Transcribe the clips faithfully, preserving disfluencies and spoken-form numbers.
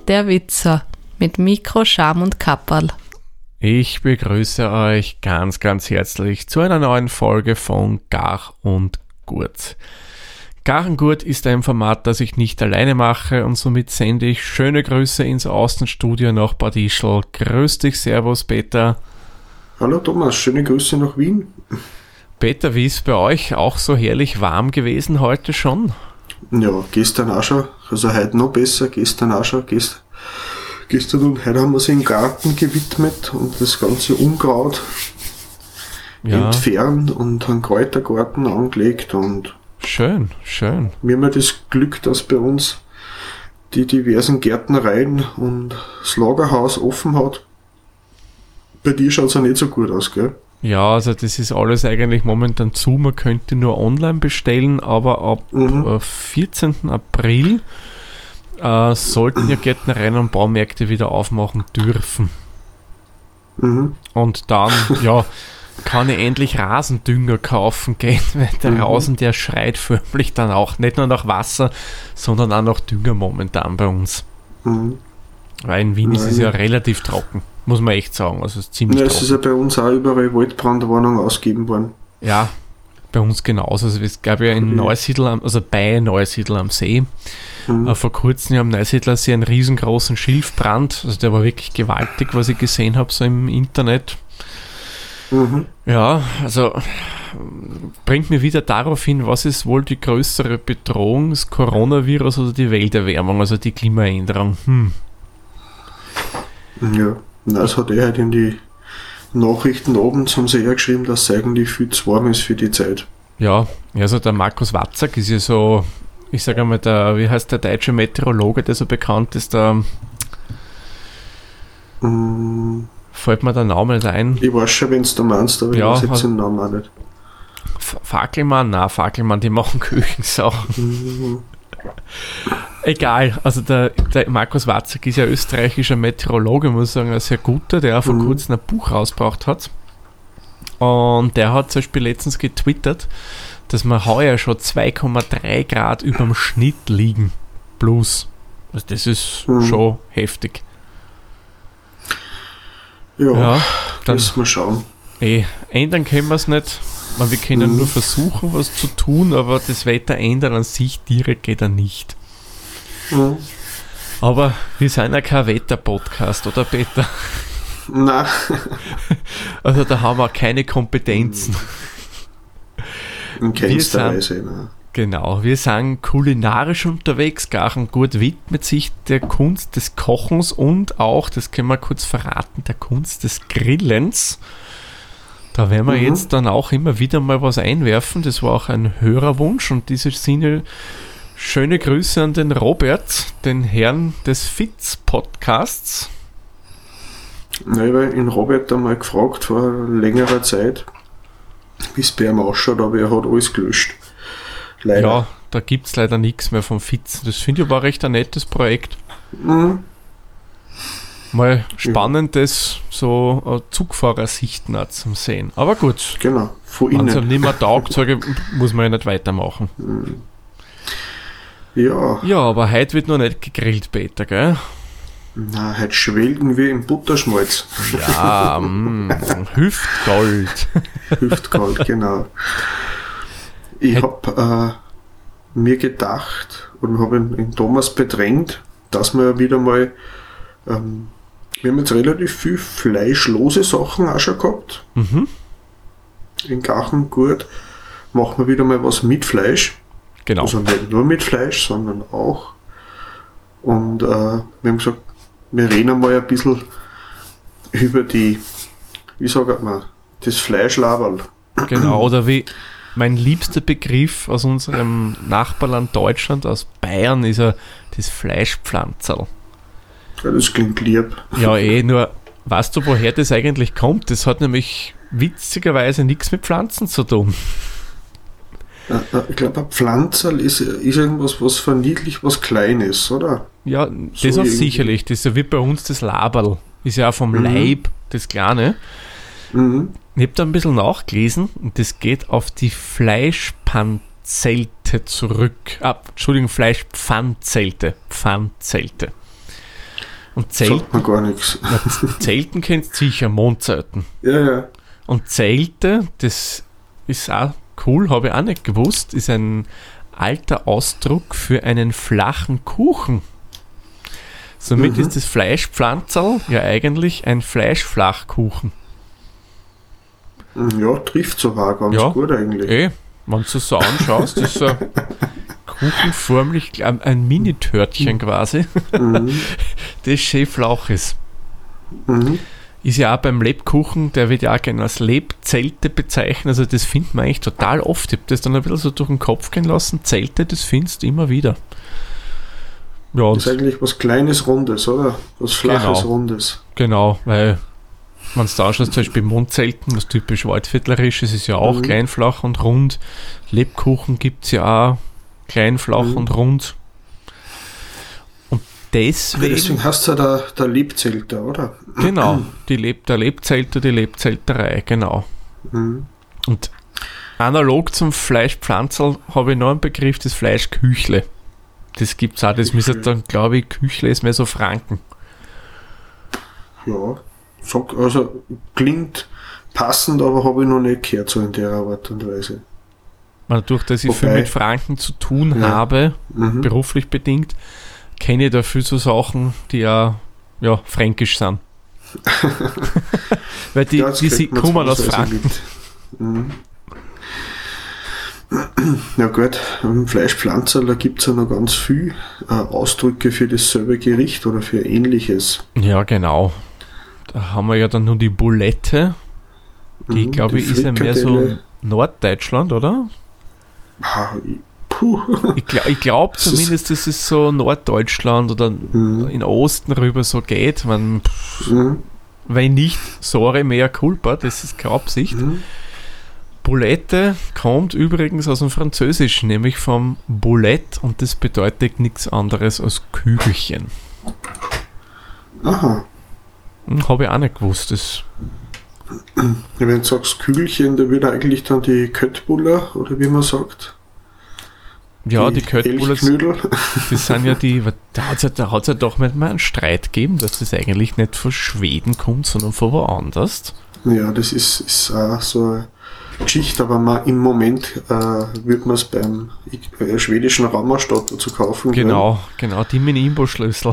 der Witzer mit Mikro, Scham und Kapperl. Ich begrüße euch ganz, ganz herzlich zu einer neuen Folge von Gar und Gurt. Gar und Gurt ist ein Format, das ich nicht alleine mache und somit sende ich schöne Grüße ins Außenstudio nach Bad Ischl. Grüß dich, Servus Peter. Hallo Thomas, schöne Grüße nach Wien. Peter, wie ist bei euch auch so herrlich warm gewesen heute schon? Ja, gestern auch schon, also heute noch besser, gestern auch schon, gestern, gestern und heute haben wir uns im Garten gewidmet und das ganze Unkraut ja. entfernt und einen Kräutergarten angelegt und schön, schön. Wir haben ja das Glück, dass bei uns die diversen Gärtnereien und das Lagerhaus offen hat. Bei dir schaut es ja nicht so gut aus, gell? Ja, also das ist alles eigentlich momentan zu. Man könnte nur online bestellen, aber ab mhm. äh, vierzehnten April äh, sollten ja Gärtnereien und Baumärkte wieder aufmachen dürfen. Mhm. Und dann, ja, kann ich endlich Rasendünger kaufen gehen, weil der mhm. Rasen, der schreit förmlich dann auch. Nicht nur nach Wasser, sondern auch nach Dünger momentan bei uns. Mhm. Weil in Wien Nein. ist es ja relativ trocken. Muss man echt sagen, also es ist ziemlich ja, trocken. Es ist ja bei uns auch überall Waldbrandwarnung ausgegeben worden. Ja, bei uns genauso. Also es gab ja in mhm. Neusiedl, also bei Neusiedl am See, mhm. äh, vor kurzem ja am Neusiedler See einen riesengroßen Schilfbrand. Also der war wirklich gewaltig, was ich gesehen habe, so im Internet. Mhm. Ja, also bringt mir wieder darauf hin, was ist wohl die größere Bedrohung, das Coronavirus oder die Welterwärmung, also die Klimaänderung. Hm. Ja. Nein, das hat er halt in die Nachrichten abends haben sie eher geschrieben, dass es eigentlich viel zu warm ist für die Zeit. Ja, also der Markus Watzak ist ja so, ich sage einmal, der, wie heißt der deutsche Meteorologe, der so bekannt ist, der mm. fällt mir der Name nicht ein. Ich weiß schon, wenn du meinst, aber ja, ich weiß jetzt den Namen auch nicht. Fackelmann? Nein, Fackelmann, die machen Küchensachen. Mhm. Egal, also der, der Markus Watzak ist ja österreichischer Meteorologe, muss ich sagen, ein sehr guter, der auch vor mhm. kurzem ein Buch rausgebracht hat. Und der hat zum Beispiel letztens getwittert, dass wir heuer schon zwei Komma drei Grad über dem Schnitt liegen. Plus. Also das ist mhm. schon heftig. Ja, ja dann müssen wir schauen. Eh, ändern können wir es nicht. Wir können mhm. nur versuchen, was zu tun, aber das Wetter ändern an sich direkt geht er nicht. Mhm. Aber wir sind ja kein Wetter-Podcast, oder Peter? Nein. Also da haben wir keine Kompetenzen. In keinster Weise, ne? Genau, wir sind kulinarisch unterwegs. Gar und Gurt widmet sich der Kunst des Kochens und auch, das können wir kurz verraten, der Kunst des Grillens. Da werden wir mhm. jetzt dann auch immer wieder mal was einwerfen. Das war auch ein Hörerwunsch und diese Sinne schöne Grüße an den Robert, den Herrn des Fitz-Podcasts. Ja, ich habe den Robert einmal gefragt vor längerer Zeit, wie es bei ihm ausschaut, aber er hat alles gelöscht. Leider. Ja, da gibt es leider nichts mehr vom Fitz. Das finde ich aber recht ein nettes Projekt. Mhm. Mal spannendes, so uh, Zugfahrersichten auch zum Sehen. Aber gut. Genau, von innen. Wenn es innen. nicht mehr taugt, sage ich, muss man ja nicht weitermachen. Ja. Ja, aber heute wird noch nicht gegrillt, Peter, gell? Na, heute schwelgen wir im Butterschmalz. Ja, mh, Hüftgold. Hüftgold, genau. Ich habe äh, mir gedacht und habe den Thomas bedrängt, dass wir wieder mal ähm, wir haben jetzt relativ viel fleischlose Sachen auch schon gehabt. Mhm. In Gar und Gurt machen wir wieder mal was mit Fleisch. Genau. Also nicht nur mit Fleisch, sondern auch. Und äh, wir haben gesagt, wir reden mal ein bisschen über die, wie sagt man, das Fleischlaberl. Genau, oder wie mein liebster Begriff aus unserem Nachbarland Deutschland, aus Bayern, ist ja das Fleischpflanzerl. Ja, das klingt lieb. Ja, eh, nur weißt du, woher das eigentlich kommt? Das hat nämlich witzigerweise nichts mit Pflanzen zu tun. Ich glaube, ein Pflanzerl ist, ist irgendwas, was verniedlicht, was Kleines, oder? Ja, das so auch sicherlich. Das ist ja wie bei uns das Laberl. Ist ja auch vom mhm. Leib das Kleine. Mhm. Ich habe da ein bisschen nachgelesen und das geht auf die Fleischpanzelte zurück. Ah, Entschuldigung, Fleischpfannzelte. Pfannzelte. Und Zelten, sagt man gar nichts. na, Zelten kennst du sicher, Mondzelten. Ja, ja. Und Zelte, das ist auch cool, habe ich auch nicht gewusst, ist ein alter Ausdruck für einen flachen Kuchen. Somit Mhm. ist das Fleischpflanzerl ja eigentlich ein Fleischflachkuchen. Ja, trifft sogar ganz Ja. gut eigentlich. Eh, wenn du es so anschaust, ist so kuchenförmlich, ein, ein Mini-Törtchen quasi, Mhm. das schön flach ist. Mhm. Ist ja auch beim Lebkuchen, der wird ja auch gerne als Lebzelte bezeichnet, also das findet man eigentlich total oft. Ich habe das dann ein bisschen so durch den Kopf gehen lassen, Zelte, das findest du immer wieder. Ja, Das ist und eigentlich was Kleines, Rundes, oder? Was Flaches, Genau. Rundes. genau, weil wenn du da anschaust, zum Beispiel Mondzelten, was typisch waldviertlerisch ist, ist ja auch Mhm. klein, flach und rund. Lebkuchen gibt es ja auch klein, flach Mhm. und rund. Und deswegen, Deswegen hast du ja der, der Lebzelter, oder? genau, die Leb, der Lebzelter, die Lebzelterei, genau. Mhm. Und analog zum Fleischpflanzerl habe ich noch einen Begriff, das Fleischküchle. Das gibt es auch, das müsste dann, glaube ich, Küchle ist mehr so Franken. Ja, sag, also klingt passend, aber habe ich noch nicht gehört, so in der Art und Weise. Dadurch, dass ich viel Wobei- mit Franken zu tun Ja. habe, Mhm. beruflich bedingt, kenne ich da viel so Sachen, die ja, ja fränkisch sind. Weil die, Ja, das die kriegt sie man kommen aus zwangsweise Franken. mit. Mhm. Ja gut, im Fleischpflanzer, da gibt es ja noch ganz viel äh, Ausdrücke für dasselbe Gericht oder für ähnliches. Ja, genau. Da haben wir ja dann nur die Bulette. Die, Mhm, glaube die ich, ist ja mehr so Frikadelle. Norddeutschland, oder? Ah, ich- Puh. Ich, gl ich glaube Das ist- zumindest, dass es so Norddeutschland oder Mhm. in Osten rüber so geht. Man, Mhm. wenn nicht, sorry, mehr culpa, das ist keine Absicht. Mhm. Boulette kommt übrigens aus dem Französischen, nämlich vom Boulette, und das bedeutet nichts anderes als Kügelchen. Aha. Hm, Habe ich auch nicht gewusst. Das, Ja, wenn du sagst Kügelchen, da wird eigentlich dann die Köttbullar, oder wie man sagt. ja, die Köttbullers, Elchknödel. das sind ja die, da hat es ja, da hat's ja doch mal einen Streit gegeben, dass das eigentlich nicht von Schweden kommt, sondern von woanders. Ja, das ist, ist auch so eine Geschichte, aber man, im Moment äh, wird man es beim äh, schwedischen Raumerstadt zu kaufen. Genau, genau, die mit dem Imbo-Schlüssel.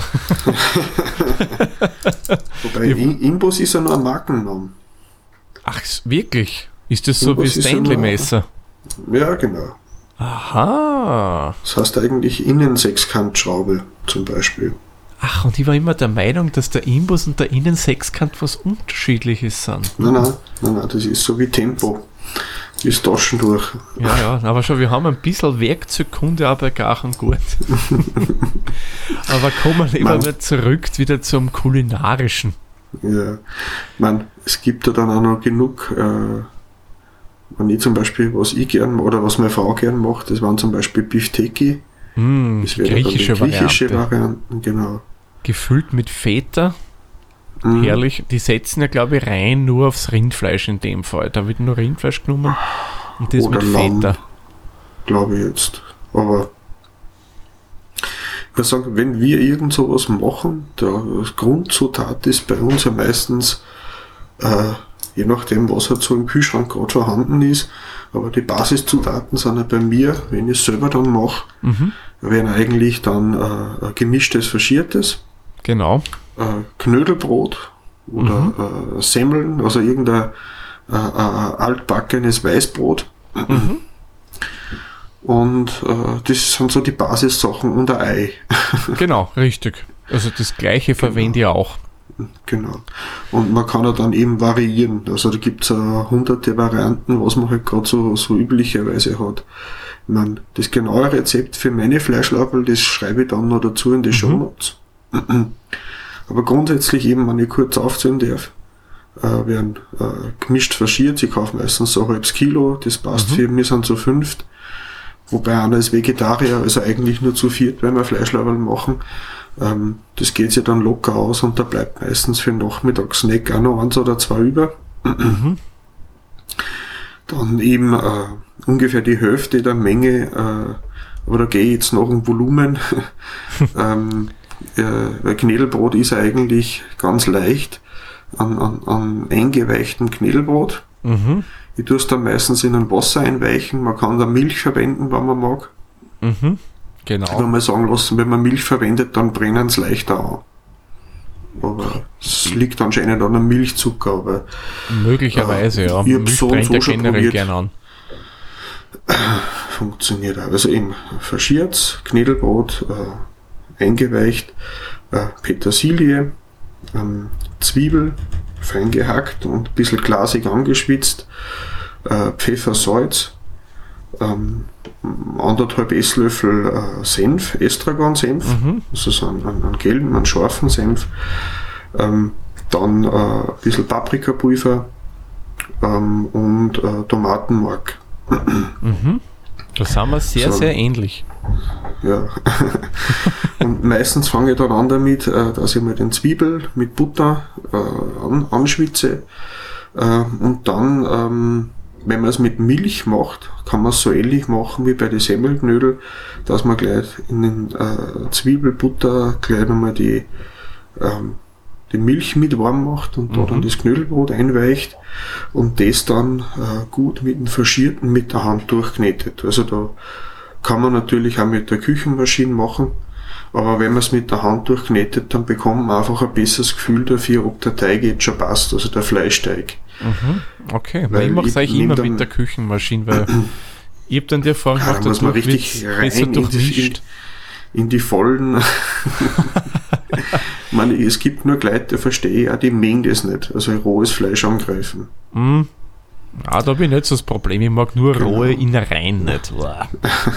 Gell? Wobei I- Imbus ist ja nur ein Markenname. Ach, wirklich? Ist das so Imbus wie ist ja Stanley-Messer? Ja, genau. Aha. Das heißt eigentlich Innensechskantschraube zum Beispiel. Ach, und ich war immer der Meinung, dass der Imbus und der Innensechskant was Unterschiedliches sind. Nein, nein, nein, nein, das ist so wie Tempo. Ist Taschen durch. Ja, ja, aber schon, wir haben ein bisschen Werkzeugkunde auch bei Gach und Gut. Aber kommen wir lieber Mann. mal zurück wieder zum Kulinarischen. Ja, ich mein, es gibt ja dann auch noch genug, äh, wenn ich zum Beispiel, was ich gern oder was meine Frau gern macht, das waren zum Beispiel Bifteki. Hm, Das die wäre dann die griechische, griechische Variante. Variante, genau. Gefüllt mit Feta. Mhm. Herrlich. Die setzen ja, glaube ich, rein nur aufs Rindfleisch in dem Fall. Da wird nur Rindfleisch genommen und das Oder mit Lamm. Feta. Glaube ich jetzt. Aber ich würde sagen, wenn wir irgend sowas machen, der Grundzutat ist bei uns ja meistens, äh, je nachdem, was halt so im Kühlschrank gerade vorhanden ist, aber die Basiszutaten sind ja bei mir, wenn ich es selber dann mache, Mhm. wären eigentlich dann äh, ein gemischtes, faschiertes, Genau. äh, Knödelbrot oder äh, Semmeln, also irgendein äh, äh, altbackenes Weißbrot. Mhm. Und äh, das sind so die Basissachen und ein Ei. Genau, richtig. Also das gleiche verwende ich auch. Genau. Und man kann ja dann eben variieren. Also da gibt es ja hunderte Varianten, was man halt gerade so, so üblicherweise hat. Ich mein, das genaue Rezept für meine Fleischlaberl, das schreibe ich dann noch dazu in die Shownotes. Aber grundsätzlich eben, wenn ich kurz aufzählen darf, äh, werden äh, gemischt faschiert. Ich kaufe meistens so ein halbes Kilo, das passt Mhm. für wir sind zu fünft. Wobei einer ist Vegetarier, also eigentlich nur zu viert, wenn wir Fleischlaberl machen. Ähm, das geht sich dann locker aus und da bleibt meistens für den Nachmittagssnack auch noch eins oder zwei über. Mhm. Dann eben äh, ungefähr die Hälfte der Menge, äh, aber da gehe ich jetzt nach dem Volumen, ähm, äh, weil Knädelbrot ist eigentlich ganz leicht an, an, an eingeweichtem Knädelbrot. Mhm. Ich tue es dann meistens in ein Wasser einweichen. Man kann da Milch verwenden, wenn man mag. Mhm. Genau. Wenn man sagen lassen, wenn man Milch verwendet, dann brennen es leichter an. Aber es liegt anscheinend an einem Milchzucker. Aber, möglicherweise, äh, ja. Ich habe Milch so und brennt so ja schon generell probiert. gern an. Funktioniert auch. Also eben Faschiert's, Knädelbrot, äh, eingeweicht, äh, Petersilie, ähm, Zwiebel, fein gehackt und ein bisschen glasig angeschwitzt, äh, Pfeffer, Salz, ähm, anderthalb Esslöffel äh, Senf, Estragon-Senf, Mhm. also so einen, einen gelben, einen scharfen Senf, ähm, dann äh, ein bisschen Paprikapulver ähm, und äh, Tomatenmark. Mhm. Da sind wir sehr, So. sehr ähnlich. Ja. Und meistens fange ich dann an damit, äh, dass ich mir den Zwiebel mit Butter äh, an, anschwitze. Äh, und dann, ähm, wenn man es mit Milch macht, kann man es so ähnlich machen wie bei den Semmelknödel, dass man gleich in den äh, Zwiebelbutter gleich nochmal die, ähm, die Milch mit warm macht und Mhm. da dann das Knödelbrot einweicht und das dann äh, gut mit dem Faschierten mit der Hand durchknetet. Also da kann man natürlich auch mit der Küchenmaschine machen, aber wenn man es mit der Hand durchknetet, dann bekommt man einfach ein besseres Gefühl dafür, ob der Teig jetzt schon passt, also der Fleischteig. Mhm. Okay, Weil ich mache es ich eigentlich nehm immer dann- mit der Küchenmaschine, weil ich habe dann die Erfahrung Ja, gemacht, da muss man dadurch richtig wird's rein besser in die- durchmischt. In die vollen. Ich meine, es gibt nur Leute, die verstehe auch, die mengen das nicht. Also rohes Fleisch angreifen. Mhm. Ah, da habe ich nicht so das Problem. Ich mag nur Genau. rohe Innereien nicht. Uah.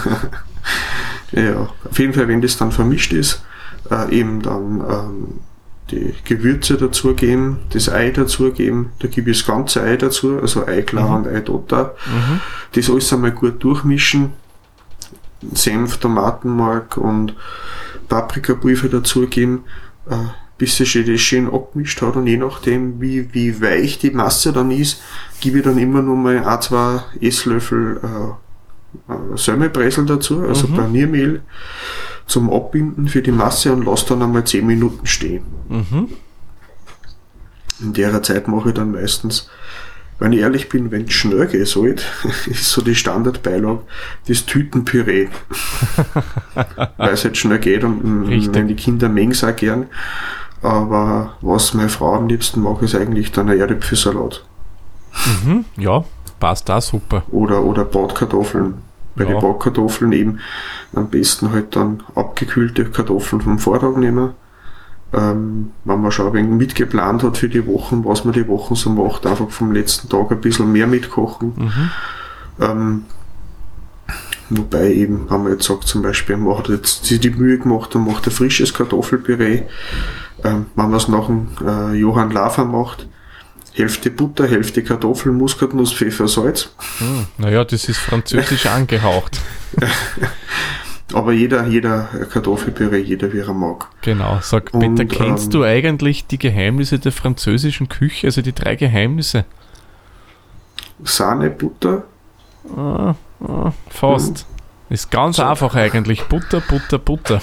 Ja, auf jeden Fall, wenn das dann vermischt ist, äh, eben dann ähm, die Gewürze dazugeben, das Ei dazugeben, da gebe ich das ganze Ei dazu, also Eiklar Mhm. und Eidota. Mhm. Das alles einmal gut durchmischen, Senf, Tomatenmark und Paprikapulver dazugeben, äh, bis sich das schön abgemischt hat und je nachdem, wie, wie weich die Masse dann ist, gebe ich dann immer noch mal ein, zwei Esslöffel äh, äh, Semmelbrezel dazu, also Mhm. Paniermehl zum Abbinden für die Masse und lasse dann einmal zehn Minuten stehen. Mhm. In der Zeit mache ich dann meistens, wenn ich ehrlich bin, wenn es schnell gehen soll, ist so die Standardbeilage, das Tütenpüree. Weil es halt schnell geht und mm, Richtig. wenn die Kinder mengen es auch gern. Aber was meine Frau am liebsten macht, ist eigentlich dann ein Erdäpfelsalat. Mhm. Ja, passt auch super. Oder, oder Bratkartoffeln. Bei Ja. den Bratkartoffeln eben am besten halt dann abgekühlte Kartoffeln vom Vortag nehmen. Ähm, wenn man schon ein wenig mitgeplant hat für die Wochen, was man die Wochen so macht, einfach vom letzten Tag ein bisschen mehr mitkochen. Mhm. Ähm, wobei eben, wenn man jetzt sagt, zum Beispiel, man hat jetzt sich die Mühe gemacht und macht ein frisches Kartoffelpüree. Ähm, wenn man es nach dem äh, Johann Lafer macht, Hälfte Butter, Hälfte Kartoffeln, Muskatnuss, Pfeffer, Salz. Hm. Naja, das ist französisch angehaucht. Aber jeder, jeder Kartoffelpüree, jeder wie er mag. Genau. Sag, Und, Peter, kennst ähm, du eigentlich die Geheimnisse der französischen Küche, also die drei Geheimnisse? Sahne, Butter, Ah, ah, fast. Ist ganz So. einfach eigentlich. Butter, Butter, Butter.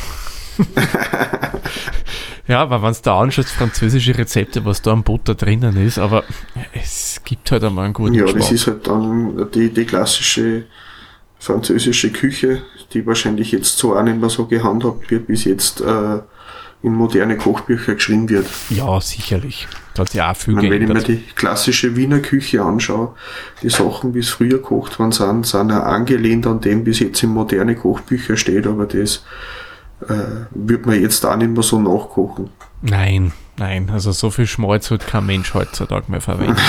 Ja, aber wenn du da anschaust, französische Rezepte, was da an Butter drinnen ist, aber es gibt halt einmal einen guten ja, Geschmack. das ist halt dann die, die klassische französische Küche, die wahrscheinlich jetzt so auch nicht mehr so gehandhabt wird, wie es jetzt äh, in moderne Kochbücher geschrieben wird. Ja, sicherlich. Da hat sich auch viel Ich meine, wenn ich mir geändert. die klassische Wiener Küche anschaue, die Sachen, wie es früher gekocht worden sind, sind ja angelehnt an dem, wie es jetzt in moderne Kochbücher steht, aber das äh, wird man jetzt auch nicht mehr so nachkochen. Nein, nein, also so viel Schmalz hat kein Mensch heutzutage mehr verwendet.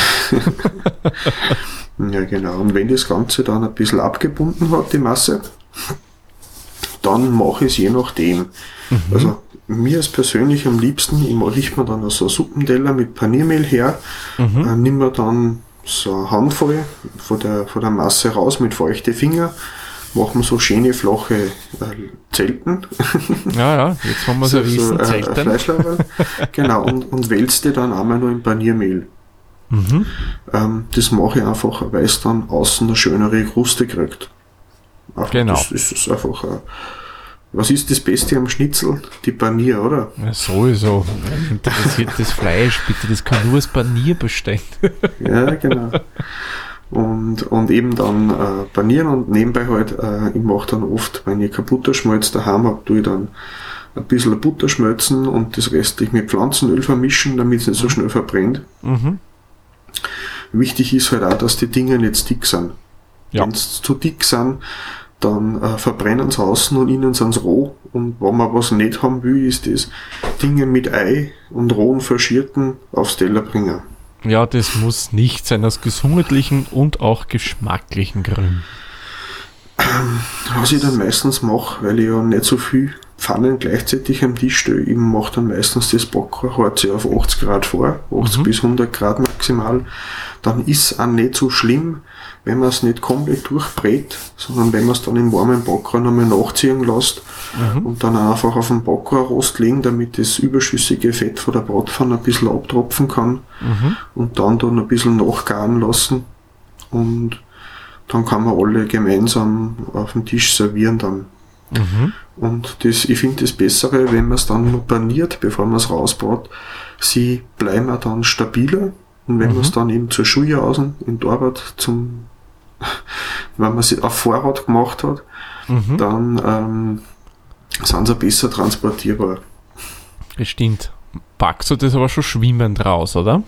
Ja, genau. Und wenn das Ganze dann ein bisschen abgebunden hat, die Masse, dann mache ich es je nachdem. Mhm. Also mir ist persönlich am liebsten, ich mache ich mir dann so einen Suppenteller mit Paniermehl her, Mhm. äh, nimm mir dann so eine Handvoll von der, von der Masse raus mit feuchten Finger, machen so schöne flache äh, Zelten. Ja, ja, jetzt haben wir es so, erwiesen, so, äh, Zelten. Fleischlaberl. Genau, und, und wälzte dann einmal nur in Paniermehl. Mhm. Ähm, das mache ich einfach, weil es dann außen eine schönere Kruste kriegt. Einfach, Genau. Das, das ist einfach, äh, was ist das Beste am Schnitzel? Die Panier, oder? Ja, sowieso. Interessiertes Fleisch, bitte, das kann nur als Panier bestehen. Ja, genau. Und, und eben dann äh, panieren und nebenbei halt, äh, ich mache dann oft, wenn ich kein Butterschmalz daheim habe, tue ich dann ein bisschen Butter schmelzen und das restlich mit Pflanzenöl vermischen, damit es nicht so schnell verbrennt. Mhm. Wichtig ist halt auch, dass die Dinge nicht dick sind. Ja. Wenn sie zu dick sind, dann äh, verbrennen sie außen und innen sind sie roh. Und wenn man was nicht haben will, ist das Dinge mit Ei und rohen Faschierten aufs Teller bringen. Ja, das muss nicht sein, aus gesundheitlichen und auch geschmacklichen Gründen. Was ich dann meistens mache, weil ich ja nicht so viel Pfannen gleichzeitig am Tisch stehe, ich mache dann meistens das Backen halt auf achtzig Grad vor, achtzig Mhm. bis hundert Grad maximal. Dann ist es auch nicht so schlimm, wenn man es nicht komplett durchbrät, sondern wenn man es dann im warmen Backer nochmal nachziehen lässt Mhm. und dann einfach auf den Backerrost legen, damit das überschüssige Fett von der Bratpfanne ein bisschen abtropfen kann Mhm. und dann dann ein bisschen nachgaren lassen und dann kann man alle gemeinsam auf dem Tisch servieren dann. Mhm. Und das, ich finde das Bessere, wenn man es dann noch paniert, bevor man es rausbrät, sie bleiben auch dann stabiler. Und wenn Mhm. man es dann eben zur Schuljausen in Torwart zum, wenn man sie auf Vorrat gemacht hat, Mhm. dann ähm, sind sie besser transportierbar. Das stimmt. Packst du das aber schon schwimmend raus, oder?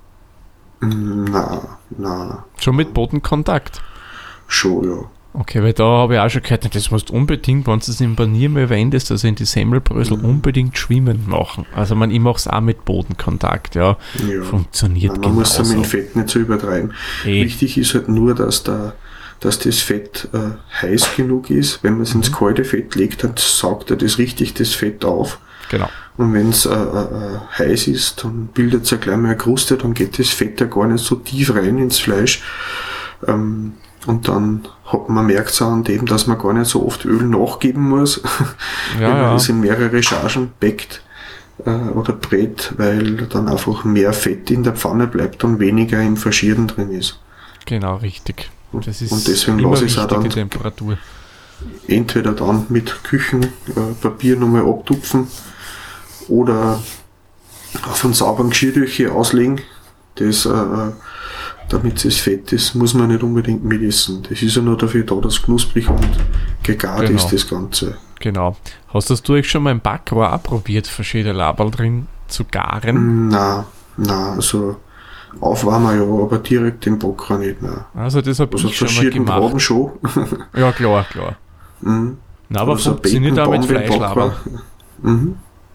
Mm, Na, na, Schon mit Bodenkontakt? schon, ja. Okay, weil da habe ich auch schon gehört, das musst du unbedingt, wenn du es im Panier mal wendest, also in die Semmelbrösel, Mhm. unbedingt schwimmend machen. Also man, ich mache es auch mit Bodenkontakt, ja. ja. Funktioniert Nein, man muss es mit dem genauso. Fett nicht so übertreiben. Eh. Wichtig ist halt nur, dass, der, dass das Fett äh, heiß genug ist. Wenn man es ins kalte Fett legt, dann saugt er das richtig das Fett auf. Genau. Und wenn es äh, äh, heiß ist, dann bildet es ja gleich mal eine Kruste, dann geht das Fett ja gar nicht so tief rein ins Fleisch. Ähm, und dann hat man merkt es auch an dem, dass man gar nicht so oft Öl nachgeben muss, Ja, wenn man ja. das in mehrere Chargen backt äh, oder brät, weil dann einfach mehr Fett in der Pfanne bleibt und weniger im Verschieren drin ist. Genau, richtig. Das ist Und deswegen immer lasse ich es auch wichtig, die dann Temperatur. entweder dann mit Küchenpapier äh, nochmal abtupfen oder auf einen sauberen Geschirrtücher auslegen. Das, äh, damit es fett ist, muss man nicht unbedingt mitessen. Das ist ja nur dafür da, dass knusprig und gegart Genau. ist, das Ganze. Genau. Hast das du eigentlich schon mal im Backrohr auch probiert, verschiedene Laberl drin zu garen? Na, na, also aufwärmen ja, aber direkt den Backer nicht mehr. Also das habe Also ich schon mal verschiedene gemacht. Braten schon. Ja, klar, klar. Mhm. Na, aber Also funktioniert auch mit Bacon, Bomben, Fleischlaberl. Backer. Mhm.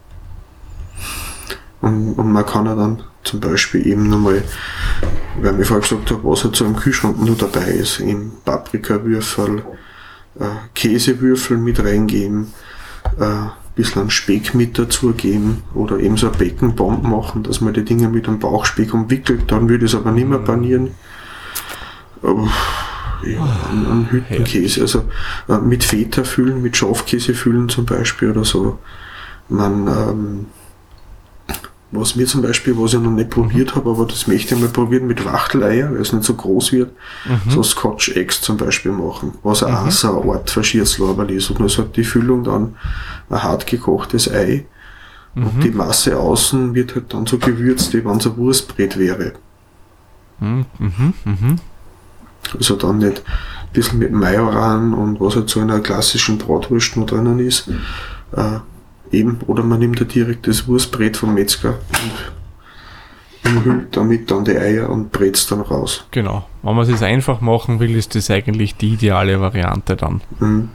Und, und man kann ja dann zum Beispiel eben nochmal, weil ich vorher gesagt habe, was halt so im Kühlschrank nur dabei ist, eben Paprikawürfel, äh, Käsewürfel mit reingeben, äh, ein bisschen Speck mit dazugeben oder eben so ein Beckenbomb machen, dass man die Dinge mit einem Bauchspeck umwickelt, dann würde ich es aber nicht mehr panieren. Aber, ja, an, an Hüttenkäse, also äh, mit Feta füllen, mit Schafkäse füllen zum Beispiel oder so. Man, ähm, was mir zum Beispiel, was ich noch nicht probiert habe, aber das möchte ich mal probieren mit Wachteleier, weil es nicht so groß wird, Mhm. so Scotch Eggs zum Beispiel machen, was auch Mhm. so eine Art Verschierzlaberl ist. Und dann hat die Füllung dann ein hart gekochtes Ei und Mhm. die Masse außen wird halt dann so gewürzt, wie wenn es ein Wurstbrät wäre. Mhm. Mhm. Mhm. Also dann nicht ein bisschen mit Majoran und was halt so in einer klassischen Bratwurst noch drinnen ist. Äh, eben, oder man nimmt ja direkt das Wurstbrät vom Metzger und umhüllt damit dann die Eier und brät es dann raus. Genau. Wenn man es jetzt einfach machen will, ist das eigentlich die ideale Variante dann. Mhm.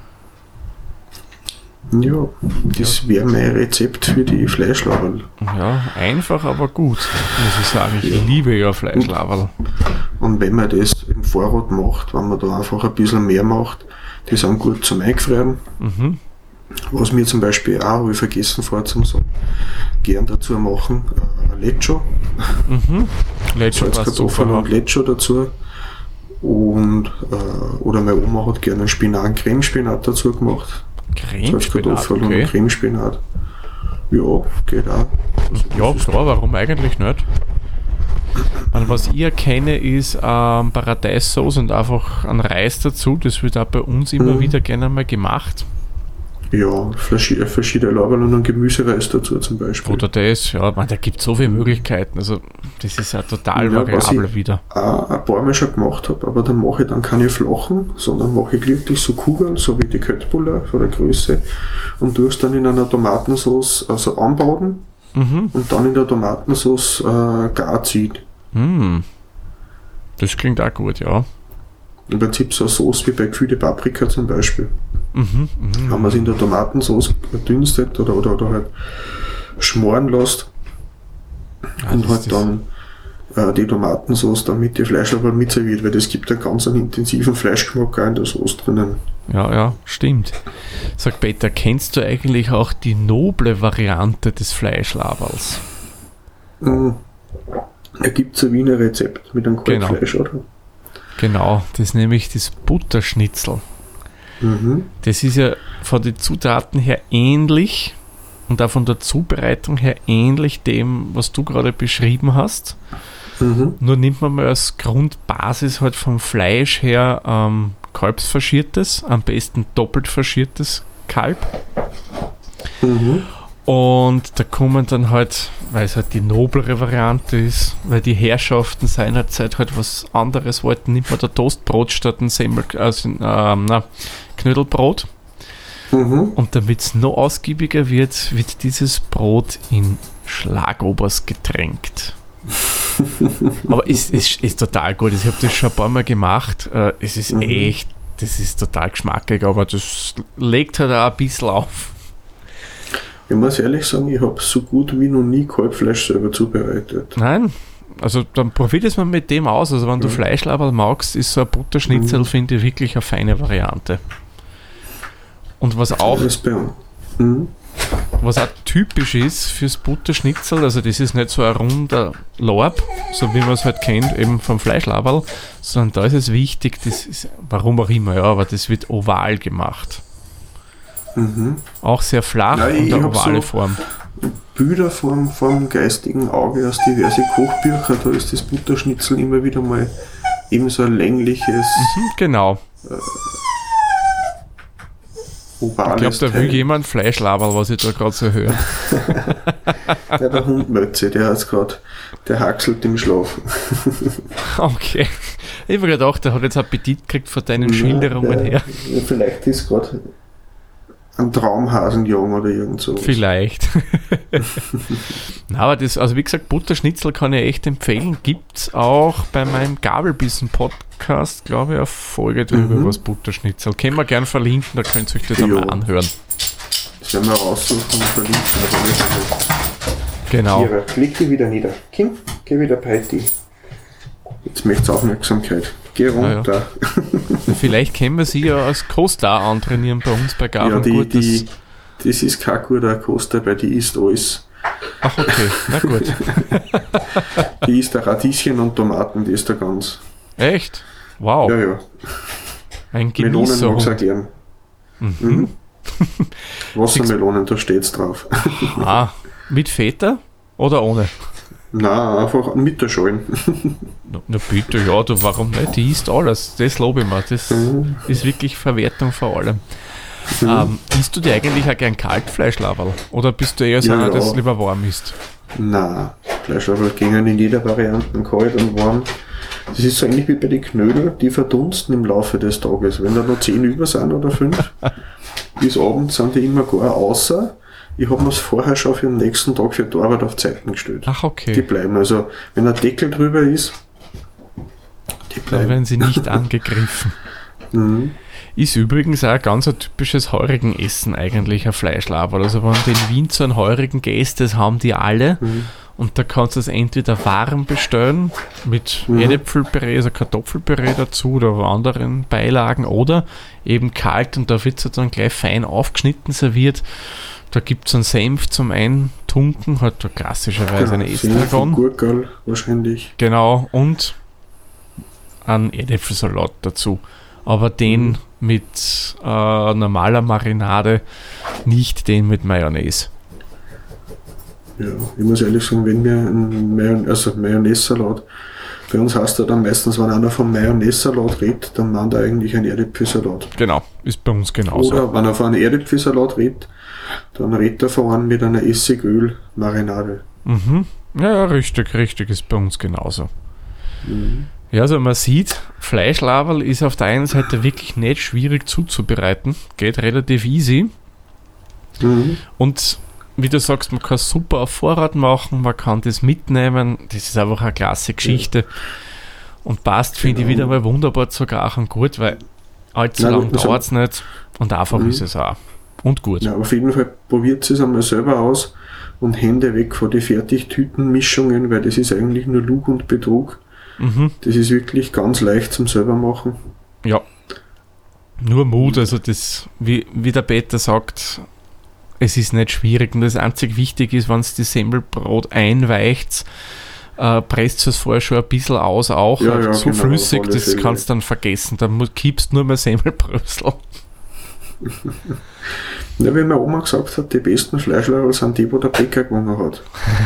Ja, das wäre mein Rezept für die Fleischlaberl. Ja, einfach, aber gut, muss ich sagen. Ich Ja. liebe ja Fleischlaberl. Und wenn man das im Vorrat macht, wenn man da einfach ein bisschen mehr macht, die sind gut zum Eingefrieren. Mhm. Was mir zum Beispiel auch, habe ich vergessen vorher zum sagen, gern dazu machen, äh, ein Lecho, Mhm. Letzte was Salzkartoffeln super. und Lecho dazu. Und, äh, oder meine Oma hat gerne einen Spinat, Cremespinat dazu gemacht. Cremespinat, Salzkartoffeln und okay. Cremespinat. Ja, geht auch. Ja, klar, warum eigentlich nicht? Und was ich erkenne, ist ähm, Paradeissauce und einfach ein Reis dazu. Das wird auch bei uns immer Mhm. wieder gerne mal gemacht. Ja, verschiedene, verschiedene Laberl und einen Gemüsereis dazu zum Beispiel. Oder das, ja, man, da gibt es so viele Möglichkeiten. Also das ist ja total Ja, was variabel ich wieder. auch ein paar Mal schon gemacht habe, aber dann mache ich dann keine flachen, sondern mache ich wirklich so Kugeln, so wie die Köttbullar von der Größe, und tue es dann in einer Tomatensauce also anbraten Mhm. und dann in der Tomatensauce äh, gar ziehen. Hm. Das klingt auch gut, ja. Im Prinzip so eine Sauce wie bei gefüllte Paprika zum Beispiel. Mhm. Mhm. Wenn man es in der Tomatensauce dünstet oder, oder, oder halt schmoren lässt Ah, und das halt ist- dann äh, die Tomatensauce dann mit die Fleischlaberl mitserviert, weil das gibt einen ganz einen intensiven Fleischgeschmack auch in der Sauce drinnen. Ja, ja, stimmt. Sag Peter, kennst du eigentlich auch die noble Variante des Fleischlaberls? Mhm. Da gibt es ein Wiener Rezept mit einem Genau. Kalbfleisch, oder? Genau, das ist nämlich das Butterschnitzel. Mhm. Das ist ja von den Zutaten her ähnlich und auch von der Zubereitung her ähnlich dem, was du gerade beschrieben hast. Mhm. Nur nimmt man mal als Grundbasis halt vom Fleisch her ähm, Kalbsfaschiertes, am besten doppelt faschiertes Kalb. Mhm. Und da kommen dann halt, weil es halt die noblere Variante ist, weil die Herrschaften seinerzeit halt was anderes wollten, nimmt man da Toastbrot statt ein Semmel, also, ähm, na, Knödelbrot. Mhm. Und damit es noch ausgiebiger wird, wird dieses Brot in Schlagobers getränkt. Aber es ist, ist total gut. Ich habe das schon ein paar Mal gemacht. Äh, Es ist Mhm. echt, das ist total geschmackig, aber das legt halt auch ein bisschen auf. Ich muss ehrlich sagen, ich habe so gut wie noch nie Kalbfleisch selber zubereitet. Nein, also dann probierst man mit dem aus. Also wenn du Mhm. Fleischlaberl magst, ist so ein Butterschnitzel, Mhm. finde ich, wirklich eine feine Variante. Und was auch, Das bei uns. Mhm. was auch typisch ist fürs Butterschnitzel, also das ist nicht so ein runder Lorb, so wie man es halt kennt, eben vom Fleischlaberl, sondern da ist es wichtig, das ist, warum auch immer, ja, aber das wird oval gemacht. Mhm. Auch sehr flach Ja, ich und eine hab ovale so- Form. Bilder vom, vom geistigen Auge aus diverse Kochbücher, da ist das Butterschnitzel immer wieder mal eben so ein längliches, Mhm, genau. Ich ovales glaube, da will Teil. jemand Fleischlaberl, was ich da gerade so höre. Ja, der Hund Mötze, der hat's gerade, der haxelt im Schlaf. Okay. Ich habe gedacht, der hat jetzt Appetit gekriegt von deinen Ja, Schilderungen der- her. Ja, vielleicht ist gerade ein Traumhasenjung oder irgend so. Vielleicht. Na, aber das, also wie gesagt, Butterschnitzel kann ich echt empfehlen. Gibt es auch bei meinem Gabelbissen-Podcast, glaube ich, eine Folge drüber, Mhm. was Butterschnitzel. Können wir gern verlinken, da könnt ihr euch das Ja. einmal anhören. Das werden wir raussuchen und verlinken. Genau. Kira, leg dich wieder nieder. Kim, geh wieder bei dir. Jetzt möchtest du Aufmerksamkeit. Geh runter. Vielleicht können wir sie ja als Co-Star antrainieren bei uns bei Gaben. Ja, die, gut, die, das ist kein guter Coaster, weil die isst alles. Ach, okay, na gut. Die isst da Radieschen und Tomaten, die ist da ganz. Echt? Wow, Ja, ja. ein Melonen mag sie auch Genießerhund. gern. Mhm. Mhm. Wassermelonen, da steht's drauf. Ah, mit Feta oder ohne? Nein, einfach mit der Schalen. Na, na bitte, ja, du, warum nicht? Die isst alles, das lobe ich mir. Das Mhm. ist wirklich Verwertung vor allem. Ähm, isst du dir eigentlich auch gern Kaltfleischlaberl? Oder bist du eher so Ja, einer, ja. das lieber warm isst? Nein, Fleischlaberl gingen in jeder Variante, kalt und warm. Das ist so ähnlich wie bei den Knödel, die verdunsten im Laufe des Tages. Wenn da noch zehn über sind oder fünf, bis abends sind die immer gar außer. Ich habe mir es vorher schon für den nächsten Tag für die Arbeit auf Zeiten gestellt. Ach, Die okay. bleiben. Also, wenn ein Deckel drüber ist, die Dann bleiben. werden sie nicht angegriffen. Mhm. Ist übrigens auch ein ganz ein typisches Heurigenessen eigentlich, ein Fleischlaberl. Also wenn du in Wien zu einem Heurigen gehst, das haben die alle. Mhm. Und da kannst du es entweder warm bestellen, mit Mhm. Erdäpfelpüree, also Kartoffelpüree dazu oder anderen Beilagen, oder eben kalt und da wird es dann gleich fein aufgeschnitten serviert. Da gibt es einen Senf zum Eintunken, hat da klassischerweise eine Senf und Estragon. Gurkel wahrscheinlich. Genau, und einen Erdäpfelsalat dazu. Aber den Mhm. mit äh, normaler Marinade, nicht den mit Mayonnaise. Ja, ich muss ehrlich sagen, wenn mir ein Mayon also Mayonnaise-Salat Bei uns heißt er dann meistens, wenn einer vom Mayonnaise-Salat redet, dann meint er eigentlich einen Erdäpfelsalat. Genau, ist bei uns genauso. Oder wenn er von einem Erdäpfelsalat redet, dann redet er von einem mit einer Essigöl-Marinade. Mhm. Ja, ja, richtig, richtig, ist bei uns genauso. Mhm. Ja, also man sieht, Fleischlaberl ist auf der einen Seite wirklich nicht schwierig zuzubereiten, geht relativ easy. Mhm. Und wie du sagst, man kann es super auf Vorrat machen, man kann das mitnehmen, das ist einfach eine klasse Geschichte. Ja. Und passt, finde Genau. ich, wieder mal wunderbar zur Gachen gut, weil allzu Nein, lang also- dauert es nicht und einfach Mhm. ist es auch. Und gut. Ja, auf jeden Fall probiert es einmal selber aus und Hände weg von den Fertigtütenmischungen, weil das ist eigentlich nur Lug und Betrug. Mhm. Das ist wirklich ganz leicht zum selber machen. Ja. Nur Mut, also das, wie, wie der Peter sagt, es ist nicht schwierig und das einzig wichtig ist, wenn es die Semmelbrot einweicht, äh, presst es vorher schon ein bisschen aus auch. Ja, ja, so genau, flüssig, auf alle das Fälle. kannst du dann vergessen. Da mu- kippst nur mehr Semmelbrösel. Ja, wie meine Oma gesagt hat, die besten Fleischlaberl sind die, wo der Bäcker gewonnen hat.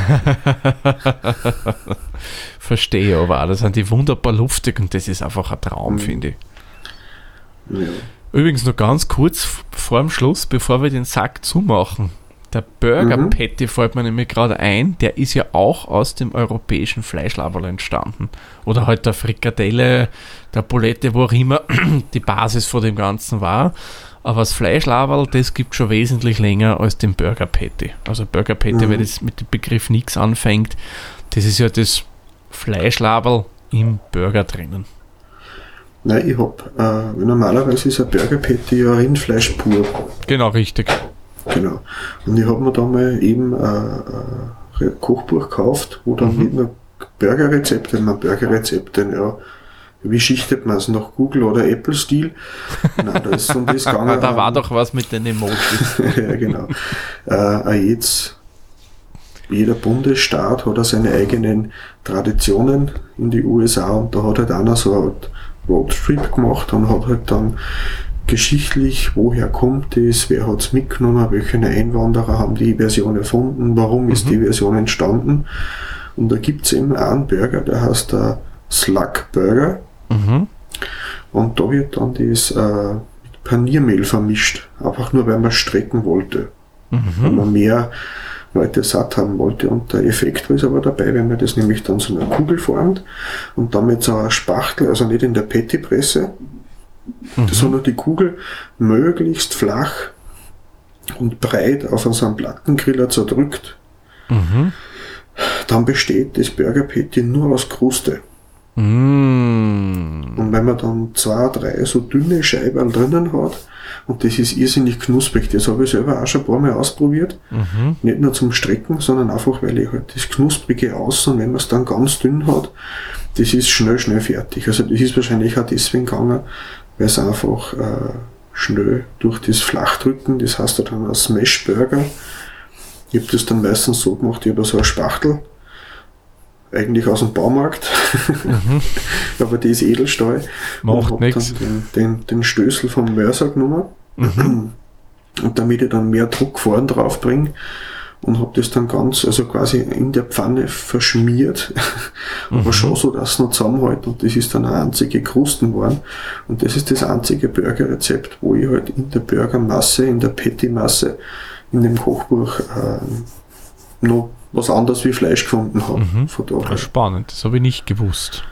Verstehe aber auch, das sind die wunderbar luftig und das ist einfach ein Traum, Mhm. finde ich. Ja. Übrigens noch ganz kurz f- vor dem Schluss, bevor wir den Sack zumachen. Der Burger Mhm. Patty fällt mir nämlich gerade ein, der ist ja auch aus dem europäischen Fleischlaberl entstanden. Oder halt der Frikadelle, der Bulette, wo auch immer die Basis von dem Ganzen war. Aber das Fleischlaberl, das gibt schon wesentlich länger als den Burger Patty. Also Burger Patty, Mhm. weil das mit dem Begriff nichts anfängt, das ist ja das Fleischlaberl im Burger drinnen. Nein, ich hab, äh, normalerweise ist ein Burger Patty ja Rindfleisch pur. Genau, richtig. Genau. Und ich habe mir da mal eben äh, ein Kochbuch gekauft, wo dann Mhm. nicht nur Burgerrezepte, man Burgerrezepte, ja, wie schichtet man es nach Google oder Apple-Stil? Nein, da ist um das gegangen. Da war ähm, doch was mit den Emojis. ja, genau. Äh, jetzt, jeder Bundesstaat hat auch seine eigenen Traditionen in die U S A und da hat halt einer so eine Art Roadtrip gemacht und hat halt dann geschichtlich, woher kommt das, wer hat es mitgenommen, welche Einwanderer haben die Version erfunden, warum ist Mhm. die Version entstanden. Und da gibt es eben einen Burger, der heißt der Slug Burger. Mhm. Und da wird dann das äh, mit Paniermehl vermischt, einfach nur weil man strecken wollte, weil Mhm. man mehr Leute satt haben wollte. Und der Effekt ist aber dabei, wenn man das nämlich dann so eine Kugel formt und dann mit so einer Spachtel, also nicht in der Pattypresse, Mhm. sondern die Kugel möglichst flach und breit auf so einem Plattengriller zerdrückt, Mhm. dann besteht das Burger Patty nur aus Kruste. Mm. Und wenn man dann zwei, drei so dünne Scheiben drinnen hat, und das ist irrsinnig knusprig, das habe ich selber auch schon ein paar Mal ausprobiert, Mhm. nicht nur zum Strecken, sondern einfach, weil ich halt das Knusprige außen, wenn man es dann ganz dünn hat, das ist schnell, schnell fertig. Also das ist wahrscheinlich auch deswegen gegangen, weil es einfach äh, schnell durch das Flachdrücken, das heißt ja dann ein Smash Burger. Ich habe das dann meistens so gemacht, ich habe so eine Spachtel, eigentlich aus dem Baumarkt, Mhm. aber die ist Edelstahl. Macht und hab nichts. dann den, den, den Stößel vom Mörser genommen Mhm. und damit ich dann mehr Druck vorn drauf bringe und habe das dann ganz, also quasi in der Pfanne verschmiert, aber Mhm. schon so, dass es noch zusammenhält und das ist dann eine einzige Krusten geworden und das ist das einzige Burgerrezept, wo ich halt in der Burgermasse, in der Patty-Masse, in dem Kochbuch äh, noch was anderes wie Fleisch gefunden habe. Mhm. Von Ja, daher. spannend, das habe ich nicht gewusst.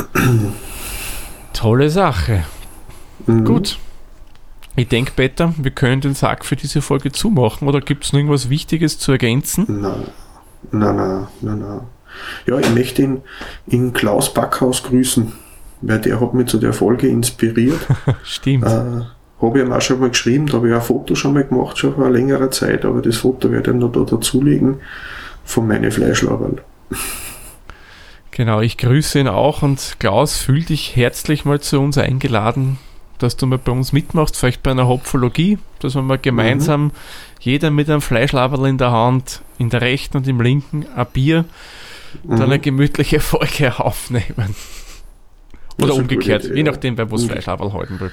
Tolle Sache. Mhm. Gut. Ich denke, Peter, wir können den Sack für diese Folge zumachen oder gibt es noch irgendwas Wichtiges zu ergänzen? Nein, nein, nein, nein, nein. Ja, ich möchte ihn in Klaus Backhaus grüßen, weil der hat mich zu der Folge inspiriert. Stimmt. Äh, habe ich ihm auch schon mal geschrieben, da habe ich auch ein Foto schon mal gemacht, schon vor längerer Zeit, aber das Foto werde ich noch da dazulegen von meinen Fleischlaberl. Genau, ich grüße ihn auch und Klaus, fühl dich herzlich mal zu uns eingeladen, dass du mal bei uns mitmachst, vielleicht bei einer Hopfologie, dass wir mal gemeinsam, mhm. jeder mit einem Fleischlaberl in der Hand, in der rechten und im linken, ein Bier, mhm. dann eine gemütliche Folge aufnehmen. Oder umgekehrt, Idee, je nachdem, wer was Fleischlaberl halten will.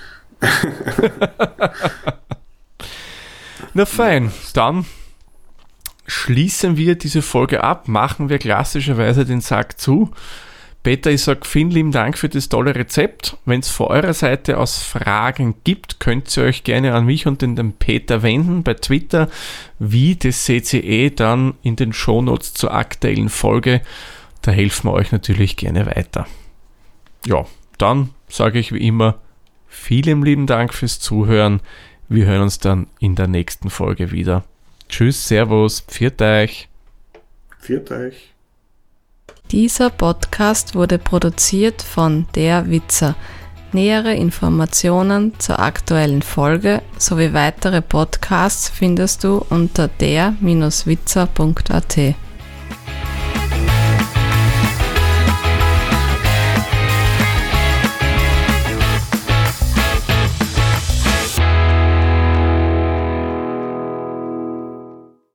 Na fein, dann schließen wir diese Folge ab, machen wir klassischerweise den Sack zu. Peter, ich sage vielen lieben Dank für das tolle Rezept. Wenn es von eurer Seite aus Fragen gibt, könnt ihr euch gerne an mich und den Peter wenden bei Twitter. Wie, das seht ihr eh dann in den Shownotes zur aktuellen Folge. Da helfen wir euch natürlich gerne weiter. Ja, dann sage ich wie immer vielen lieben Dank fürs Zuhören. Wir hören uns dann in der nächsten Folge wieder. Tschüss, Servus, pfiat euch. Pfiat euch. Dieser Podcast wurde produziert von Der Witzer. Nähere Informationen zur aktuellen Folge sowie weitere Podcasts findest du unter der Bindestrich witzer punkt at.